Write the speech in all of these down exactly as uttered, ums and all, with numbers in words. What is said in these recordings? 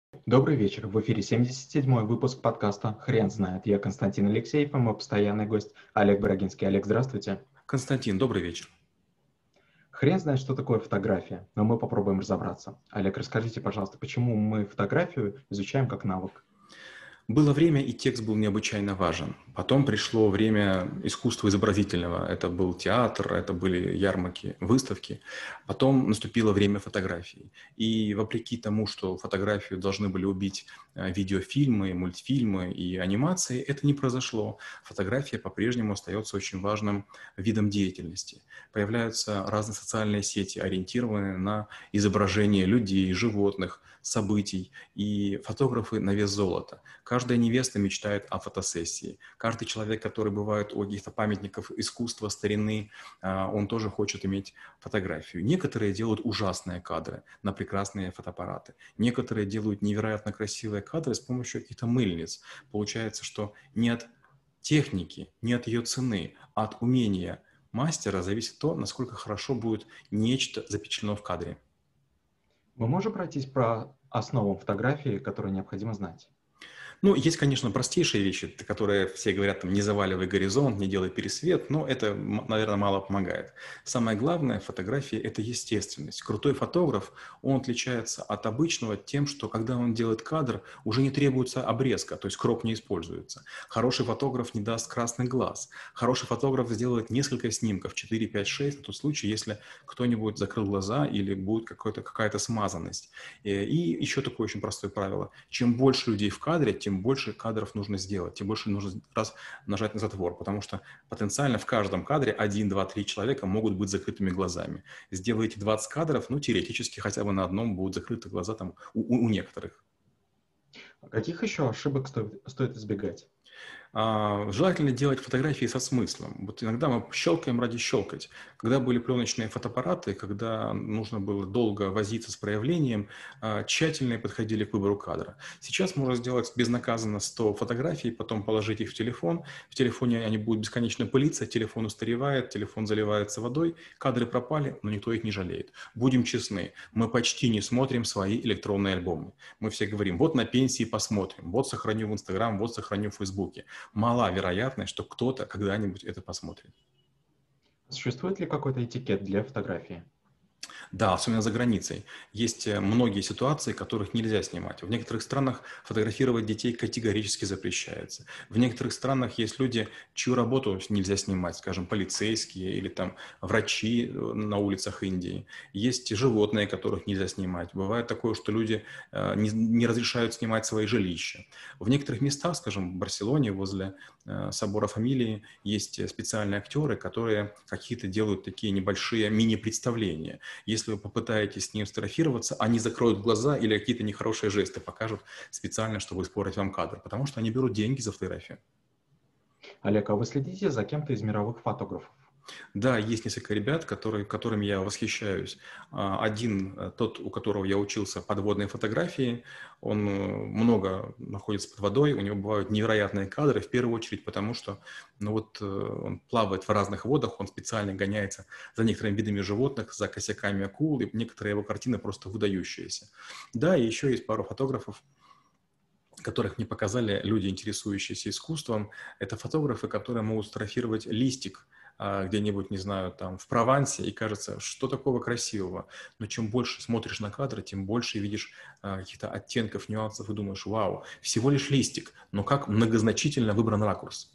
Добрый вечер. В эфире семьдесят седьмой выпуск подкаста «Хрен знает». Я Константин Алексеев, и мой постоянный гость Олег Брагинский. Олег, здравствуйте. Константин, добрый вечер. Хрен знает, что такое фотография, но мы попробуем разобраться. Олег, расскажите, пожалуйста, почему мы фотографию изучаем как навык? Было время, и текст был необычайно важен. Потом пришло время искусства изобразительного. Это был театр, это были ярмарки, выставки. Потом наступило время фотографии. И вопреки тому, что фотографию должны были убить э, видеофильмы, мультфильмы и анимации, это не произошло. Фотография по-прежнему остается очень важным видом деятельности. Появляются разные социальные сети, ориентированные на изображение людей, животных, событий. И фотографы на вес золота. Каждая невеста мечтает о фотосессии. Каждый человек, который бывает у каких-то памятников искусства, старины, он тоже хочет иметь фотографию. Некоторые делают ужасные кадры на прекрасные фотоаппараты. Некоторые делают невероятно красивые кадры с помощью каких-то мыльниц. Получается, что не от техники, не от ее цены, а от умения мастера зависит то, насколько хорошо будет нечто запечатлено в кадре. Мы можем пройтись по основам фотографии, которые необходимо знать? Ну, есть, конечно, простейшие вещи, которые все говорят, там, не заваливай горизонт, не делай пересвет, но это, наверное, мало помогает. Самое главное в фотографии – это естественность. Крутой фотограф, он отличается от обычного тем, что когда он делает кадр, уже не требуется обрезка, то есть кроп не используется. Хороший фотограф не даст красный глаз. Хороший фотограф сделает несколько снимков, четыре, пять, шесть, на тот случай, если кто-нибудь закрыл глаза или будет какая-то смазанность. И еще такое очень простое правило. Чем больше людей в кадре, тем тем больше кадров нужно сделать, тем больше нужно раз нажать на затвор, потому что потенциально в каждом кадре один, два, три человека могут быть закрытыми глазами. Сделаете двадцать кадров, ну, теоретически хотя бы на одном будут закрыты глаза там у, у некоторых. А каких еще ошибок стоит, стоит избегать? Желательно делать фотографии со смыслом. Вот иногда мы щелкаем ради щелкать. Когда были пленочные фотоаппараты, когда нужно было долго возиться с проявлением, тщательно подходили к выбору кадра. Сейчас можно сделать безнаказанно сто фотографий, потом положить их в телефон. В телефоне они будут бесконечно пылиться, телефон устаревает, телефон заливается водой, кадры пропали, но никто их не жалеет. Будем честны, мы почти не смотрим свои электронные альбомы. Мы все говорим, вот на пенсии посмотрим, вот сохраню в Инстаграм, вот сохраню в Фейсбуке. Мала вероятность, что кто-то когда-нибудь это посмотрит. Существует ли какой-то этикет для фотографии? Да, особенно за границей. Есть многие ситуации, которых нельзя снимать. В некоторых странах фотографировать детей категорически запрещается. В некоторых странах есть люди, чью работу нельзя снимать, скажем, полицейские или там врачи на улицах Индии. Есть животные, которых нельзя снимать. Бывает такое, что люди не, не разрешают снимать свои жилища. В некоторых местах, скажем, в Барселоне, возле собора фамилии, есть специальные актеры, которые какие-то делают такие небольшие мини-представления. Если вы попытаетесь с ним сфотографироваться, они закроют глаза или какие-то нехорошие жесты покажут специально, чтобы испортить вам кадр, потому что они берут деньги за фотографию. Олег, а вы следите за кем-то из мировых фотографов? Да, есть несколько ребят, которые, которыми я восхищаюсь. Один, тот, у которого я учился подводной фотографии, он много находится под водой, у него бывают невероятные кадры, в первую очередь потому, что ну вот, он плавает в разных водах, он специально гоняется за некоторыми видами животных, за косяками акул, и некоторые его картины просто выдающиеся. Да, и еще есть пару фотографов, которых мне показали люди, интересующиеся искусством. Это фотографы, которые могут сфотографировать листик где-нибудь, не знаю, там в Провансе, и кажется, что такого красивого. Но чем больше смотришь на кадры, тем больше видишь а, каких-то оттенков, нюансов, и думаешь, вау, всего лишь листик, но как многозначительно выбран ракурс.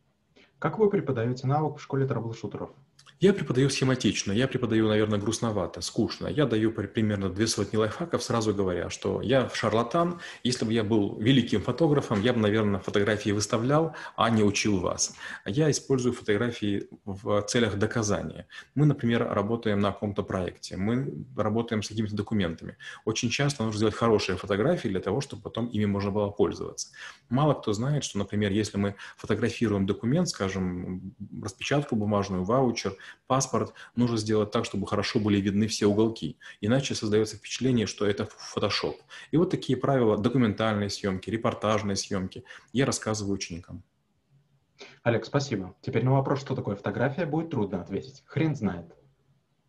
Как вы преподаете навык в школе трэблшутеров? Я преподаю схематично, я преподаю, наверное, грустновато, скучно. Я даю примерно две сотни лайфхаков, сразу говоря, что я шарлатан. Если бы я был великим фотографом, я бы, наверное, фотографии выставлял, а не учил вас. Я использую фотографии в целях доказания. Мы, например, работаем на каком-то проекте, мы работаем с какими-то документами. Очень часто нужно сделать хорошие фотографии для того, чтобы потом ими можно было пользоваться. Мало кто знает, что, например, если мы фотографируем документ, скажем, распечатку бумажную, ваучер, паспорт, нужно сделать так, чтобы хорошо были видны все уголки. Иначе создается впечатление, что это фотошоп. И вот такие правила документальной съемки, репортажной съемки я рассказываю ученикам. Олег, спасибо. Теперь на вопрос, что такое фотография, будет трудно ответить. Хрен знает.